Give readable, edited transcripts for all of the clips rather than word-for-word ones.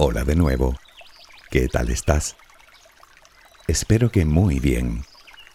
Hola de nuevo. ¿Qué tal estás? Espero que muy bien.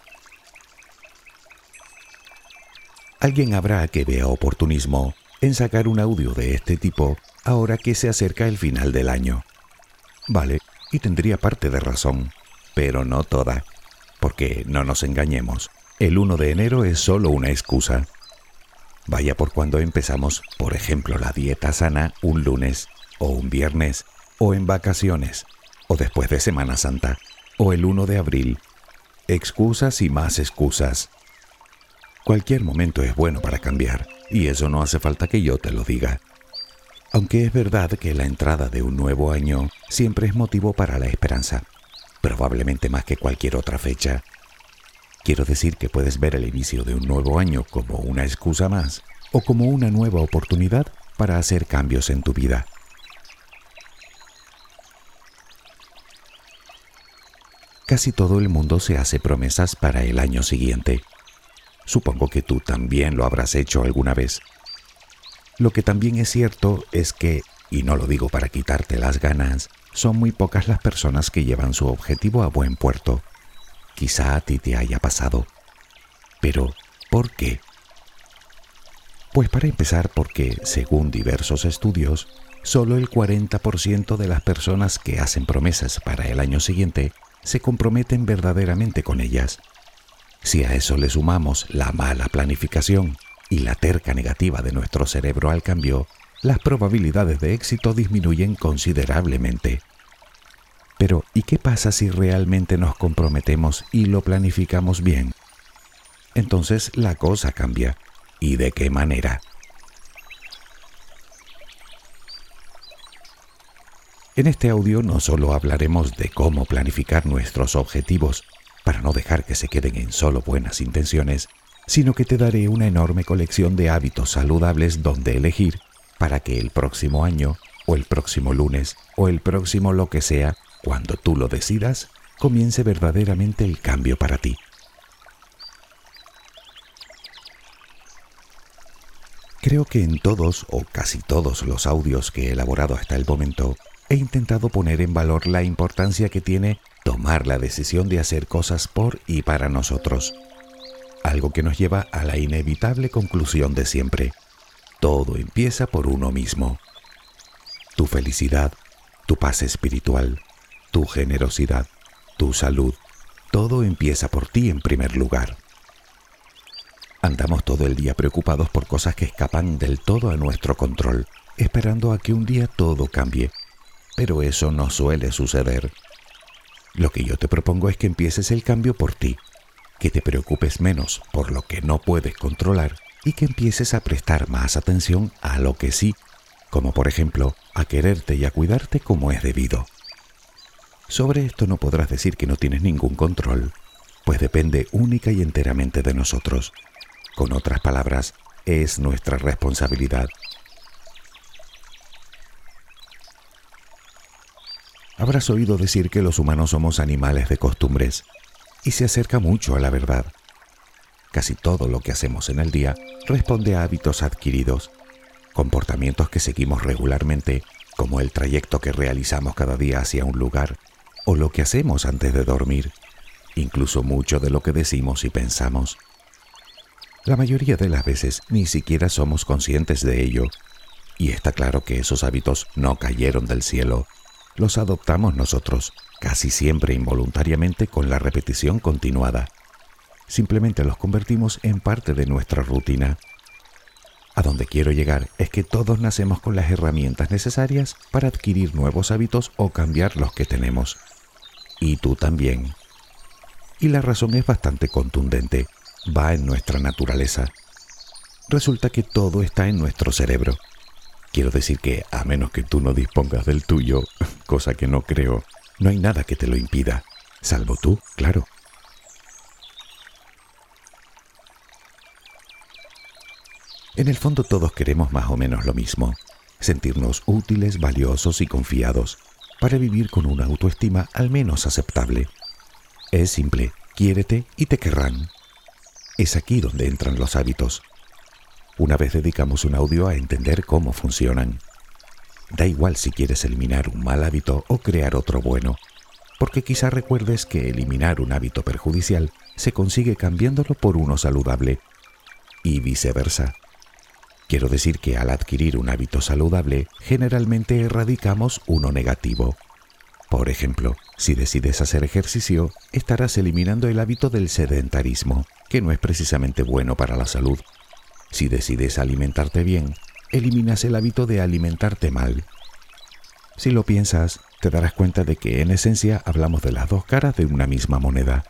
Alguien habrá que vea oportunismo en sacar un audio de este tipo ahora que se acerca el final del año. Vale, y tendría parte de razón, pero no toda, porque no nos engañemos, el 1 de enero es solo una excusa. Vaya por cuando empezamos, por ejemplo, la dieta sana un lunes, o un viernes, o en vacaciones, o después de Semana Santa, o el 1 de abril. Excusas y más excusas. Cualquier momento es bueno para cambiar, y eso no hace falta que yo te lo diga. Aunque es verdad que la entrada de un nuevo año siempre es motivo para la esperanza, probablemente más que cualquier otra fecha. Quiero decir que puedes ver el inicio de un nuevo año como una excusa más o como una nueva oportunidad para hacer cambios en tu vida. Casi todo el mundo se hace promesas para el año siguiente. Supongo que tú también lo habrás hecho alguna vez. Lo que también es cierto es que, y no lo digo para quitarte las ganas, son muy pocas las personas que llevan su objetivo a buen puerto. Quizá a ti te haya pasado. Pero, ¿por qué? Pues para empezar porque, según diversos estudios, solo el 40% de las personas que hacen promesas para el año siguiente se comprometen verdaderamente con ellas. Si a eso le sumamos la mala planificación y la terca negativa de nuestro cerebro al cambio, las probabilidades de éxito disminuyen considerablemente. Pero, ¿y qué pasa si realmente nos comprometemos y lo planificamos bien? Entonces la cosa cambia. ¿Y de qué manera? En este audio no solo hablaremos de cómo planificar nuestros objetivos para no dejar que se queden en solo buenas intenciones, sino que te daré una enorme colección de hábitos saludables donde elegir para que el próximo año, o el próximo lunes, o el próximo lo que sea, cuando tú lo decidas, comience verdaderamente el cambio para ti. Creo que en todos o casi todos los audios que he elaborado hasta el momento, he intentado poner en valor la importancia que tiene tomar la decisión de hacer cosas por y para nosotros. Algo que nos lleva a la inevitable conclusión de siempre. Todo empieza por uno mismo. Tu felicidad, tu paz espiritual, tu generosidad, tu salud, todo empieza por ti en primer lugar. Andamos todo el día preocupados por cosas que escapan del todo a nuestro control, esperando a que un día todo cambie. Pero eso no suele suceder. Lo que yo te propongo es que empieces el cambio por ti, que te preocupes menos por lo que no puedes controlar y que empieces a prestar más atención a lo que sí, como por ejemplo a quererte y a cuidarte como es debido. Sobre esto no podrás decir que no tienes ningún control, pues depende única y enteramente de nosotros. Con otras palabras, es nuestra responsabilidad. Habrás oído decir que los humanos somos animales de costumbres, y se acerca mucho a la verdad. Casi todo lo que hacemos en el día responde a hábitos adquiridos, comportamientos que seguimos regularmente, como el trayecto que realizamos cada día hacia un lugar, o lo que hacemos antes de dormir, incluso mucho de lo que decimos y pensamos. La mayoría de las veces ni siquiera somos conscientes de ello, y está claro que esos hábitos no cayeron del cielo. Los adoptamos nosotros, casi siempre involuntariamente con la repetición continuada. Simplemente los convertimos en parte de nuestra rutina. A donde quiero llegar es que todos nacemos con las herramientas necesarias para adquirir nuevos hábitos o cambiar los que tenemos. Y tú también. Y la razón es bastante contundente. Va en nuestra naturaleza. Resulta que todo está en nuestro cerebro. Quiero decir que, a menos que tú no dispongas del tuyo, cosa que no creo, no hay nada que te lo impida, salvo tú, claro. En el fondo todos queremos más o menos lo mismo, sentirnos útiles, valiosos y confiados, para vivir con una autoestima al menos aceptable. Es simple, quiérete y te querrán. Es aquí donde entran los hábitos. Una vez dedicamos un audio a entender cómo funcionan. Da igual si quieres eliminar un mal hábito o crear otro bueno, porque quizá recuerdes que eliminar un hábito perjudicial se consigue cambiándolo por uno saludable, y viceversa. Quiero decir que al adquirir un hábito saludable, generalmente erradicamos uno negativo. Por ejemplo, si decides hacer ejercicio, estarás eliminando el hábito del sedentarismo, que no es precisamente bueno para la salud. Si decides alimentarte bien, eliminas el hábito de alimentarte mal. Si lo piensas, te darás cuenta de que en esencia hablamos de las dos caras de una misma moneda.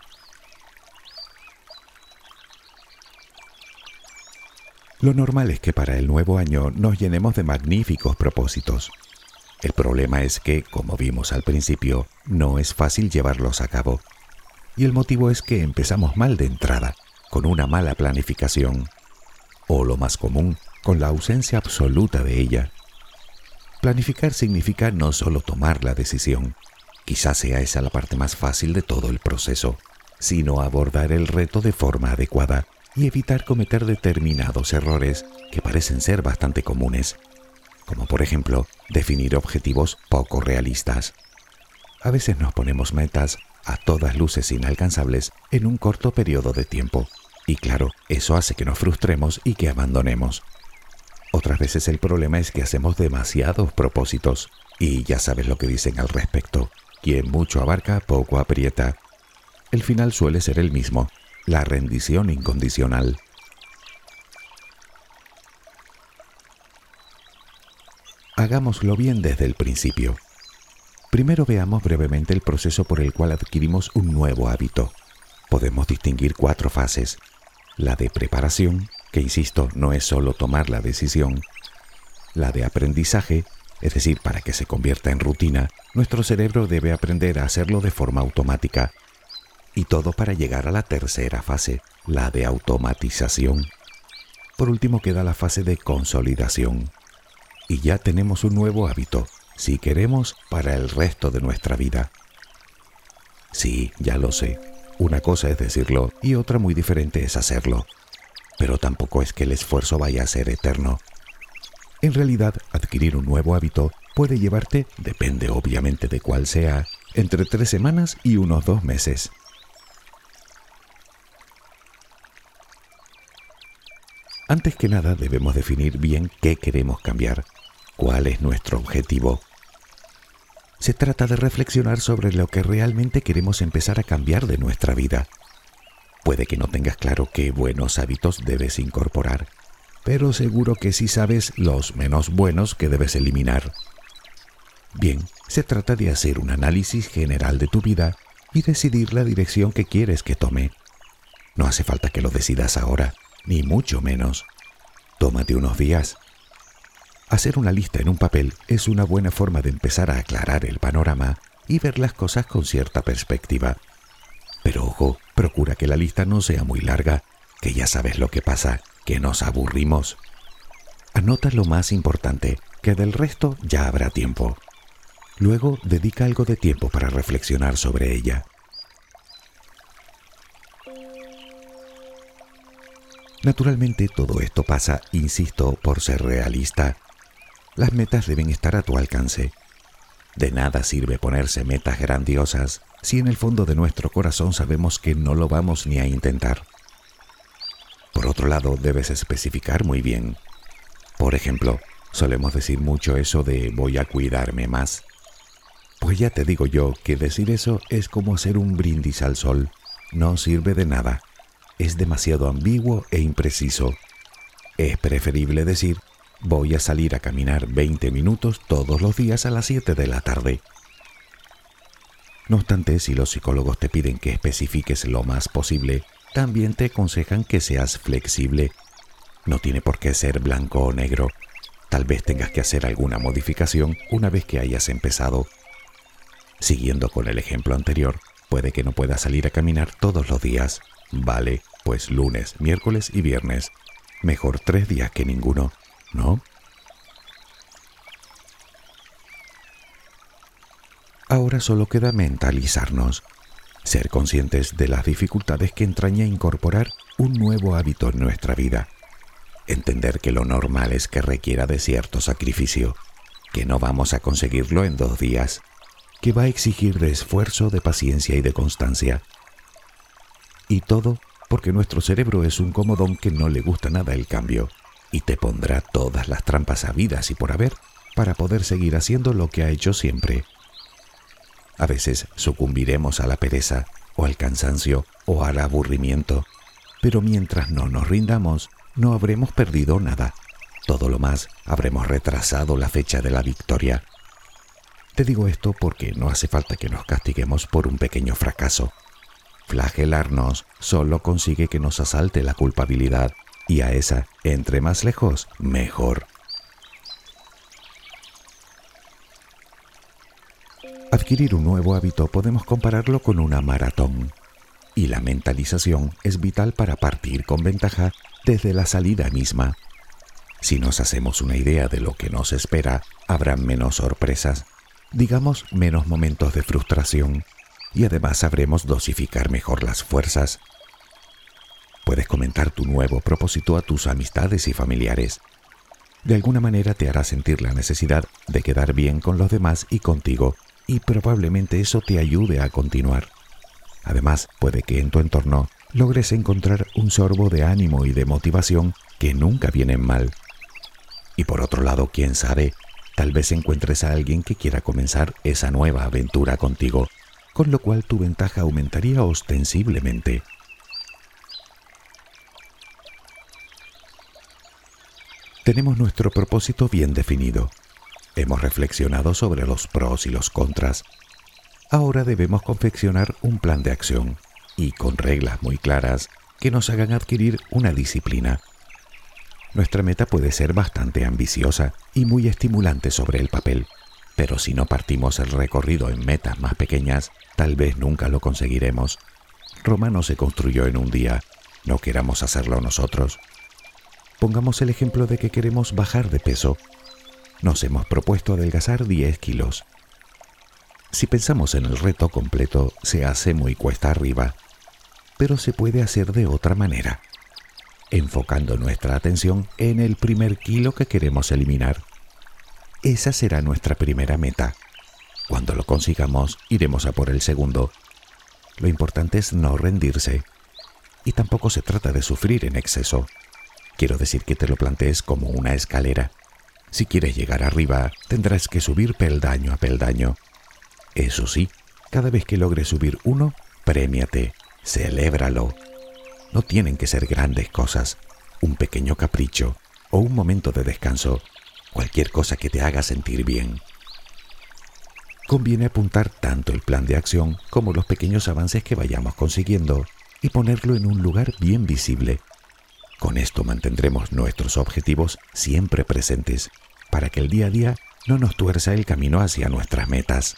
Lo normal es que para el nuevo año nos llenemos de magníficos propósitos. El problema es que, como vimos al principio, no es fácil llevarlos a cabo. Y el motivo es que empezamos mal de entrada, con una mala planificación. O lo más común, con la ausencia absoluta de ella. Planificar significa no solo tomar la decisión, quizás sea esa la parte más fácil de todo el proceso, sino abordar el reto de forma adecuada y evitar cometer determinados errores que parecen ser bastante comunes, como por ejemplo definir objetivos poco realistas. A veces nos ponemos metas a todas luces inalcanzables en un corto periodo de tiempo, y claro, eso hace que nos frustremos y que abandonemos. Otras veces el problema es que hacemos demasiados propósitos, y ya sabes lo que dicen al respecto: quien mucho abarca, poco aprieta. El final suele ser el mismo: la rendición incondicional. Hagámoslo bien desde el principio. Primero veamos brevemente el proceso por el cual adquirimos un nuevo hábito. Podemos distinguir 4 fases: la de preparación, que insisto, no es solo tomar la decisión; la de aprendizaje, es decir, para que se convierta en rutina, nuestro cerebro debe aprender a hacerlo de forma automática; y todo para llegar a la tercera fase, la de automatización. Por último queda la fase de consolidación. Y ya tenemos un nuevo hábito, si queremos, para el resto de nuestra vida. Sí, ya lo sé. Una cosa es decirlo y otra muy diferente es hacerlo. Pero tampoco es que el esfuerzo vaya a ser eterno. En realidad, adquirir un nuevo hábito puede llevarte, depende obviamente de cuál sea, entre 3 semanas y unos 2 meses. Antes que nada, debemos definir bien qué queremos cambiar, cuál es nuestro objetivo. Se trata de reflexionar sobre lo que realmente queremos empezar a cambiar de nuestra vida. Puede que no tengas claro qué buenos hábitos debes incorporar, pero seguro que sí sabes los menos buenos que debes eliminar. Bien, se trata de hacer un análisis general de tu vida y decidir la dirección que quieres que tome. No hace falta que lo decidas ahora, ni mucho menos. Tómate unos días. Hacer una lista en un papel es una buena forma de empezar a aclarar el panorama y ver las cosas con cierta perspectiva. Pero ojo, procura que la lista no sea muy larga, que ya sabes lo que pasa, que nos aburrimos. Anota lo más importante, que del resto ya habrá tiempo. Luego dedica algo de tiempo para reflexionar sobre ella. Naturalmente todo esto pasa, insisto, por ser realista. Las metas deben estar a tu alcance. De nada sirve ponerse metas grandiosas si en el fondo de nuestro corazón sabemos que no lo vamos ni a intentar. Por otro lado, debes especificar muy bien. Por ejemplo, solemos decir mucho eso de voy a cuidarme más. Pues ya te digo yo que decir eso es como hacer un brindis al sol. No sirve de nada. Es demasiado ambiguo e impreciso. Es preferible decir voy a salir a caminar 20 minutos todos los días a las 7 de la tarde. No obstante, si los psicólogos te piden que especifiques lo más posible, también te aconsejan que seas flexible. No tiene por qué ser blanco o negro. Tal vez tengas que hacer alguna modificación una vez que hayas empezado. Siguiendo con el ejemplo anterior, puede que no puedas salir a caminar todos los días. Vale, pues lunes, miércoles y viernes. Mejor 3 días que ninguno, ¿no? Ahora solo queda mentalizarnos, ser conscientes de las dificultades que entraña incorporar un nuevo hábito en nuestra vida, entender que lo normal es que requiera de cierto sacrificio, que no vamos a conseguirlo en 2 días, que va a exigir de esfuerzo, de paciencia y de constancia. Y todo porque nuestro cerebro es un comodón que no le gusta nada el cambio y te pondrá todas las trampas habidas y por haber para poder seguir haciendo lo que ha hecho siempre. A veces sucumbiremos a la pereza o al cansancio o al aburrimiento, pero mientras no nos rindamos, no habremos perdido nada. Todo lo más, habremos retrasado la fecha de la victoria. Te digo esto porque no hace falta que nos castiguemos por un pequeño fracaso. Flagelarnos solo consigue que nos asalte la culpabilidad, y a esa, entre más lejos, mejor. Adquirir un nuevo hábito podemos compararlo con una maratón, y la mentalización es vital para partir con ventaja desde la salida misma. Si nos hacemos una idea de lo que nos espera, habrá menos sorpresas, digamos menos momentos de frustración, y además sabremos dosificar mejor las fuerzas. Puedes comentar tu nuevo propósito a tus amistades y familiares. De alguna manera te hará sentir la necesidad de quedar bien con los demás y contigo, y probablemente eso te ayude a continuar. Además, puede que en tu entorno logres encontrar un sorbo de ánimo y de motivación que nunca vienen mal. Y por otro lado, quién sabe, tal vez encuentres a alguien que quiera comenzar esa nueva aventura contigo, con lo cual tu ventaja aumentaría ostensiblemente. Tenemos nuestro propósito bien definido. Hemos reflexionado sobre los pros y los contras. Ahora debemos confeccionar un plan de acción y con reglas muy claras que nos hagan adquirir una disciplina. Nuestra meta puede ser bastante ambiciosa y muy estimulante sobre el papel, pero si no partimos el recorrido en metas más pequeñas, tal vez nunca lo conseguiremos. Roma no se construyó en un día, no queramos hacerlo nosotros. Pongamos el ejemplo de que queremos bajar de peso. Nos hemos propuesto adelgazar 10 kilos. Si pensamos en el reto completo, se hace muy cuesta arriba, pero se puede hacer de otra manera, enfocando nuestra atención en el primer kilo que queremos eliminar. Esa será nuestra primera meta. Cuando lo consigamos, iremos a por el segundo. Lo importante es no rendirse, y tampoco se trata de sufrir en exceso. Quiero decir que te lo plantees como una escalera. Si quieres llegar arriba, tendrás que subir peldaño a peldaño. Eso sí, cada vez que logres subir uno, prémiate, celébralo. No tienen que ser grandes cosas, un pequeño capricho o un momento de descanso, cualquier cosa que te haga sentir bien. Conviene apuntar tanto el plan de acción como los pequeños avances que vayamos consiguiendo y ponerlo en un lugar bien visible. Con esto mantendremos nuestros objetivos siempre presentes para que el día a día no nos tuerza el camino hacia nuestras metas.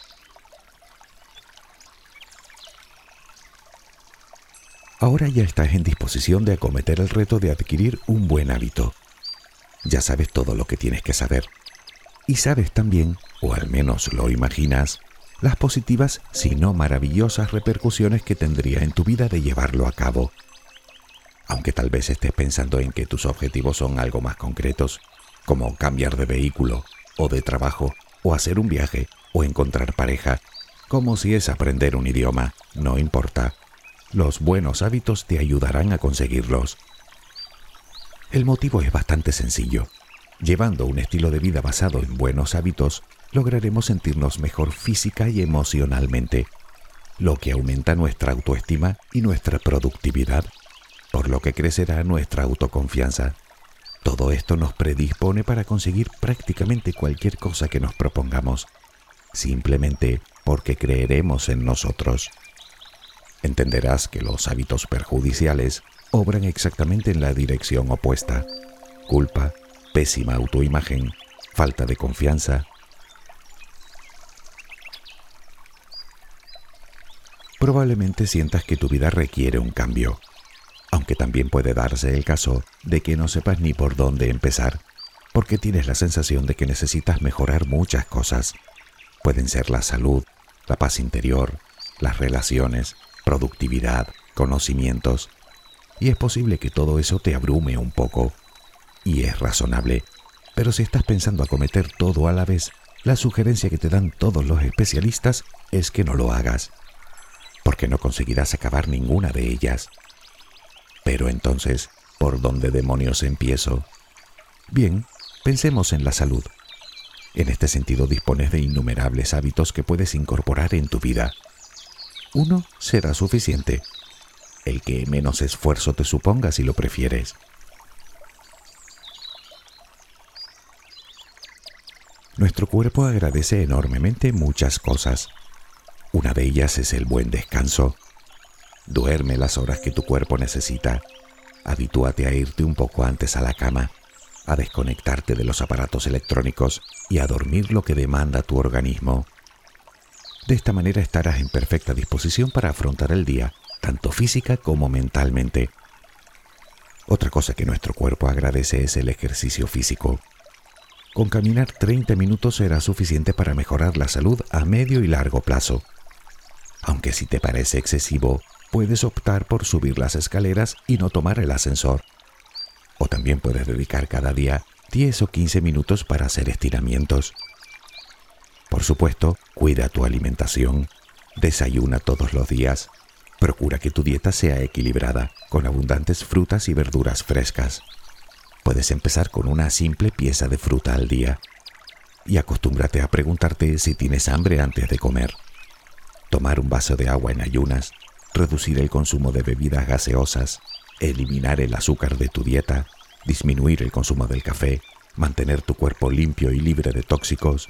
Ahora ya estás en disposición de acometer el reto de adquirir un buen hábito. Ya sabes todo lo que tienes que saber. Y sabes también, o al menos lo imaginas, las positivas, si no maravillosas repercusiones que tendría en tu vida de llevarlo a cabo. Aunque tal vez estés pensando en que tus objetivos son algo más concretos, como cambiar de vehículo, o de trabajo, o hacer un viaje, o encontrar pareja, como si es aprender un idioma, no importa. Los buenos hábitos te ayudarán a conseguirlos. El motivo es bastante sencillo. Llevando un estilo de vida basado en buenos hábitos, lograremos sentirnos mejor física y emocionalmente, lo que aumenta nuestra autoestima y nuestra productividad, por lo que crecerá nuestra autoconfianza. Todo esto nos predispone para conseguir prácticamente cualquier cosa que nos propongamos, simplemente porque creeremos en nosotros. Entenderás que los hábitos perjudiciales obran exactamente en la dirección opuesta. Culpa, pésima autoimagen, falta de confianza. Probablemente sientas que tu vida requiere un cambio, aunque también puede darse el caso de que no sepas ni por dónde empezar, porque tienes la sensación de que necesitas mejorar muchas cosas. Pueden ser la salud, la paz interior, las relaciones, productividad, conocimientos, y es posible que todo eso te abrume un poco. Y es razonable, pero si estás pensando acometer todo a la vez, la sugerencia que te dan todos los especialistas es que no lo hagas, porque no conseguirás acabar ninguna de ellas. Pero entonces, ¿por dónde demonios empiezo? Bien, pensemos en la salud. En este sentido dispones de innumerables hábitos que puedes incorporar en tu vida. Uno será suficiente, el que menos esfuerzo te suponga si lo prefieres. Nuestro cuerpo agradece enormemente muchas cosas. Una de ellas es el buen descanso. Duerme las horas que tu cuerpo necesita. Habitúate a irte un poco antes a la cama, a desconectarte de los aparatos electrónicos y a dormir lo que demanda tu organismo. De esta manera estarás en perfecta disposición para afrontar el día, tanto física como mentalmente. Otra cosa que nuestro cuerpo agradece es el ejercicio físico. Con caminar 30 minutos será suficiente para mejorar la salud a medio y largo plazo. Aunque si te parece excesivo, puedes optar por subir las escaleras y no tomar el ascensor. O también puedes dedicar cada día 10 o 15 minutos para hacer estiramientos. Por supuesto, cuida tu alimentación. Desayuna todos los días. Procura que tu dieta sea equilibrada, con abundantes frutas y verduras frescas. Puedes empezar con una simple pieza de fruta al día. Y acostúmbrate a preguntarte si tienes hambre antes de comer. Tomar un vaso de agua en ayunas, reducir el consumo de bebidas gaseosas, eliminar el azúcar de tu dieta, disminuir el consumo del café, mantener tu cuerpo limpio y libre de tóxicos.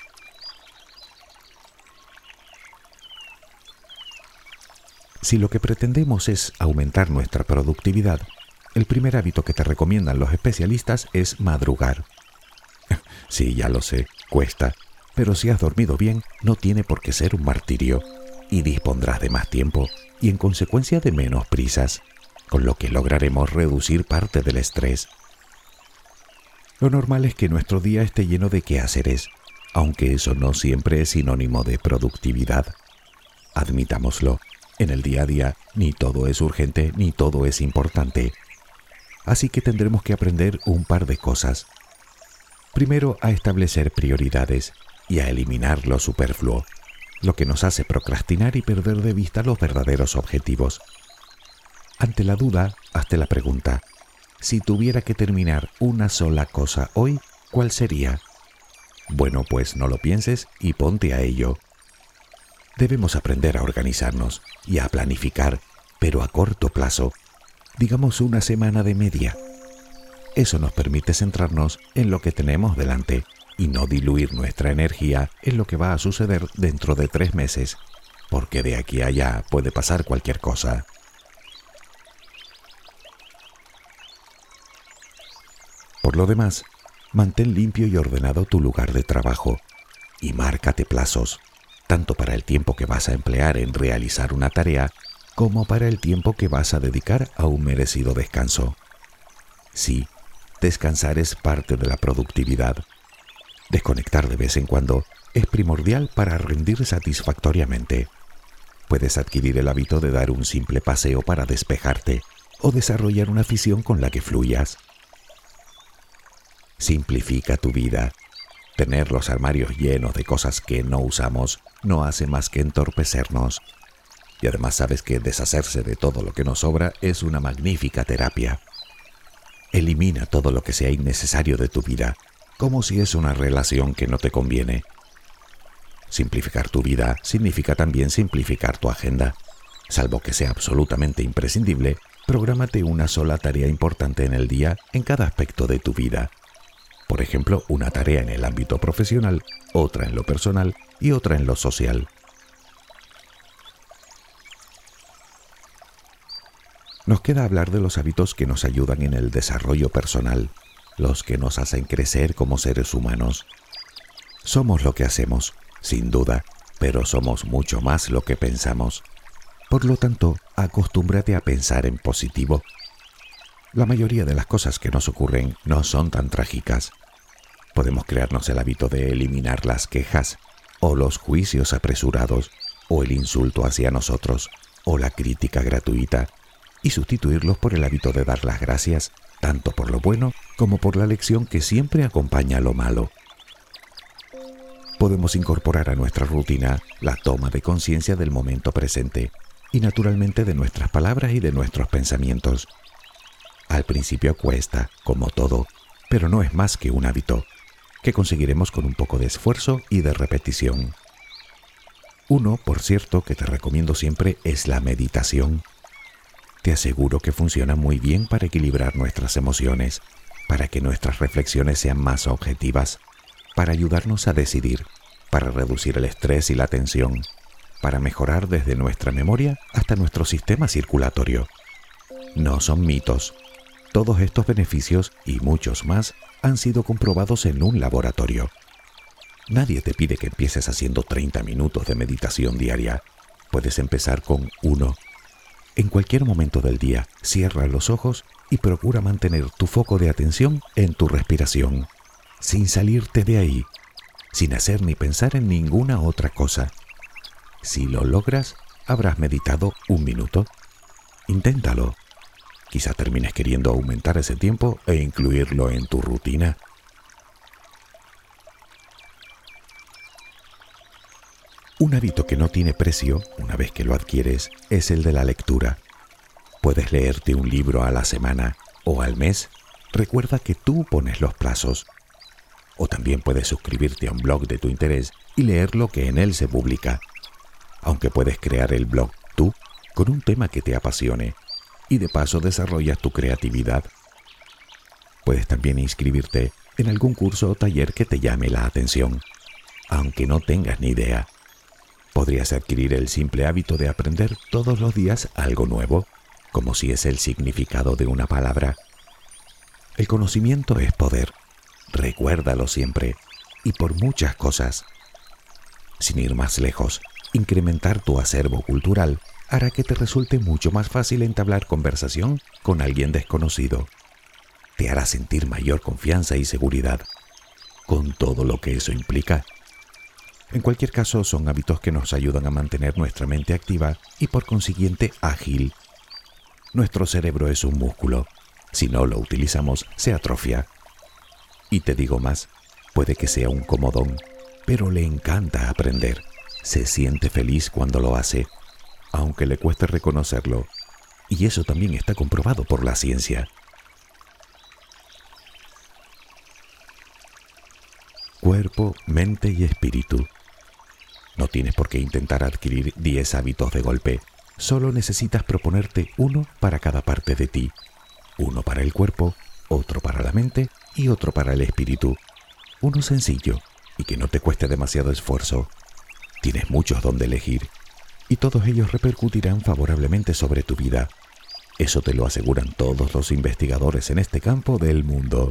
Si lo que pretendemos es aumentar nuestra productividad, el primer hábito que te recomiendan los especialistas es madrugar. Sí, ya lo sé, cuesta, pero si has dormido bien, no tiene por qué ser un martirio, y dispondrás de más tiempo y en consecuencia de menos prisas, con lo que lograremos reducir parte del estrés. Lo normal es que nuestro día esté lleno de quehaceres, aunque eso no siempre es sinónimo de productividad. Admitámoslo, en el día a día ni todo es urgente ni todo es importante. Así que tendremos que aprender un par de cosas. Primero, a establecer prioridades y a eliminar lo superfluo, lo que nos hace procrastinar y perder de vista los verdaderos objetivos. Ante la duda, hazte la pregunta: si tuviera que terminar una sola cosa hoy, ¿cuál sería? Bueno, pues no lo pienses y ponte a ello. Debemos aprender a organizarnos y a planificar, pero a corto plazo, digamos una semana de media. Eso nos permite centrarnos en lo que tenemos delante y no diluir nuestra energía en lo que va a suceder dentro de 3 meses, porque de aquí a allá puede pasar cualquier cosa. Por lo demás, mantén limpio y ordenado tu lugar de trabajo y márcate plazos, tanto para el tiempo que vas a emplear en realizar una tarea como para el tiempo que vas a dedicar a un merecido descanso. Sí, descansar es parte de la productividad. Desconectar de vez en cuando es primordial para rendir satisfactoriamente. Puedes adquirir el hábito de dar un simple paseo para despejarte o desarrollar una afición con la que fluyas. Simplifica tu vida. Tener los armarios llenos de cosas que no usamos no hace más que entorpecernos. Y además sabes que deshacerse de todo lo que nos sobra es una magnífica terapia. Elimina todo lo que sea innecesario de tu vida, como si es una relación que no te conviene. Simplificar tu vida significa también simplificar tu agenda. Salvo que sea absolutamente imprescindible, prográmate una sola tarea importante en el día en cada aspecto de tu vida. Por ejemplo, una tarea en el ámbito profesional, otra en lo personal y otra en lo social. Nos queda hablar de los hábitos que nos ayudan en el desarrollo personal, los que nos hacen crecer como seres humanos. Somos lo que hacemos, sin duda, pero somos mucho más lo que pensamos. Por lo tanto, acostúmbrate a pensar en positivo. La mayoría de las cosas que nos ocurren no son tan trágicas. Podemos crearnos el hábito de eliminar las quejas, o los juicios apresurados, o el insulto hacia nosotros, o la crítica gratuita, y sustituirlos por el hábito de dar las gracias, tanto por lo bueno como por la lección que siempre acompaña a lo malo. podemos incorporar a nuestra rutina la toma de conciencia del momento presente y naturalmente de nuestras palabras y de nuestros pensamientos. Al principio cuesta, como todo, pero no es más que un hábito, que conseguiremos con un poco de esfuerzo y de repetición. Uno, por cierto, que te recomiendo siempre es la meditación. Te aseguro que funciona muy bien para equilibrar nuestras emociones, para que nuestras reflexiones sean más objetivas, para ayudarnos a decidir, para reducir el estrés y la tensión, para mejorar desde nuestra memoria hasta nuestro sistema circulatorio. No son mitos. Todos estos beneficios y muchos más han sido comprobados en un laboratorio. Nadie te pide que empieces haciendo 30 minutos de meditación diaria. Puedes empezar con 1. En cualquier momento del día, cierra los ojos y procura mantener tu foco de atención en tu respiración, sin salirte de ahí, sin hacer ni pensar en ninguna otra cosa. Si lo logras, habrás meditado 1 minuto. Inténtalo. Quizá termines queriendo aumentar ese tiempo e incluirlo en tu rutina. Un hábito que no tiene precio, una vez que lo adquieres, es el de la lectura. Puedes leerte un libro a la semana o al mes. Recuerda que tú pones los plazos. O también puedes suscribirte a un blog de tu interés y leer lo que en él se publica. Aunque puedes crear el blog tú con un tema que te apasione y de paso desarrollas tu creatividad. Puedes también inscribirte en algún curso o taller que te llame la atención, aunque no tengas ni idea. Podrías adquirir el simple hábito de aprender todos los días algo nuevo, como si es el significado de una palabra. El conocimiento es poder. Recuérdalo siempre, y por muchas cosas. Sin ir más lejos, incrementar tu acervo cultural hará que te resulte mucho más fácil entablar conversación con alguien desconocido. Te hará sentir mayor confianza y seguridad, con todo lo que eso implica. En cualquier caso, son hábitos que nos ayudan a mantener nuestra mente activa y por consiguiente ágil. Nuestro cerebro es un músculo. Si no lo utilizamos, se atrofia. Y te digo más, puede que sea un comodón, pero le encanta aprender. Se siente feliz cuando lo hace, aunque le cueste reconocerlo. Y eso también está comprobado por la ciencia. Cuerpo, mente y espíritu. No tienes por qué intentar adquirir 10 hábitos de golpe. Solo necesitas proponerte uno para cada parte de ti. Uno para el cuerpo, otro para la mente y otro para el espíritu. Uno sencillo y que no te cueste demasiado esfuerzo. Tienes muchos donde elegir y todos ellos repercutirán favorablemente sobre tu vida. Eso te lo aseguran todos los investigadores en este campo del mundo.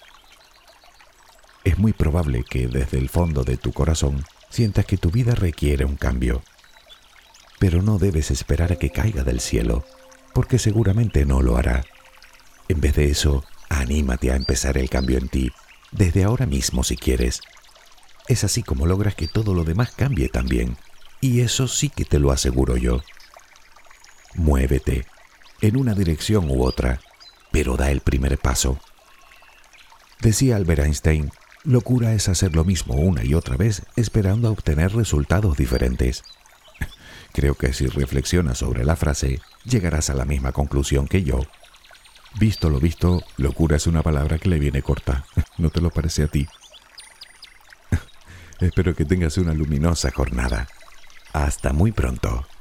Es muy probable que desde el fondo de tu corazón sientas que tu vida requiere un cambio. Pero no debes esperar a que caiga del cielo, porque seguramente no lo hará. En vez de eso, anímate a empezar el cambio en ti, desde ahora mismo si quieres. Es así como logras que todo lo demás cambie también, y eso sí que te lo aseguro yo. Muévete, en una dirección u otra, pero da el primer paso. Decía Albert Einstein, locura es hacer lo mismo una y otra vez esperando a obtener resultados diferentes. Creo que si reflexionas sobre la frase, llegarás a la misma conclusión que yo. Visto lo visto, locura es una palabra que le viene corta. ¿No te lo parece a ti? Espero que tengas una luminosa jornada. Hasta muy pronto.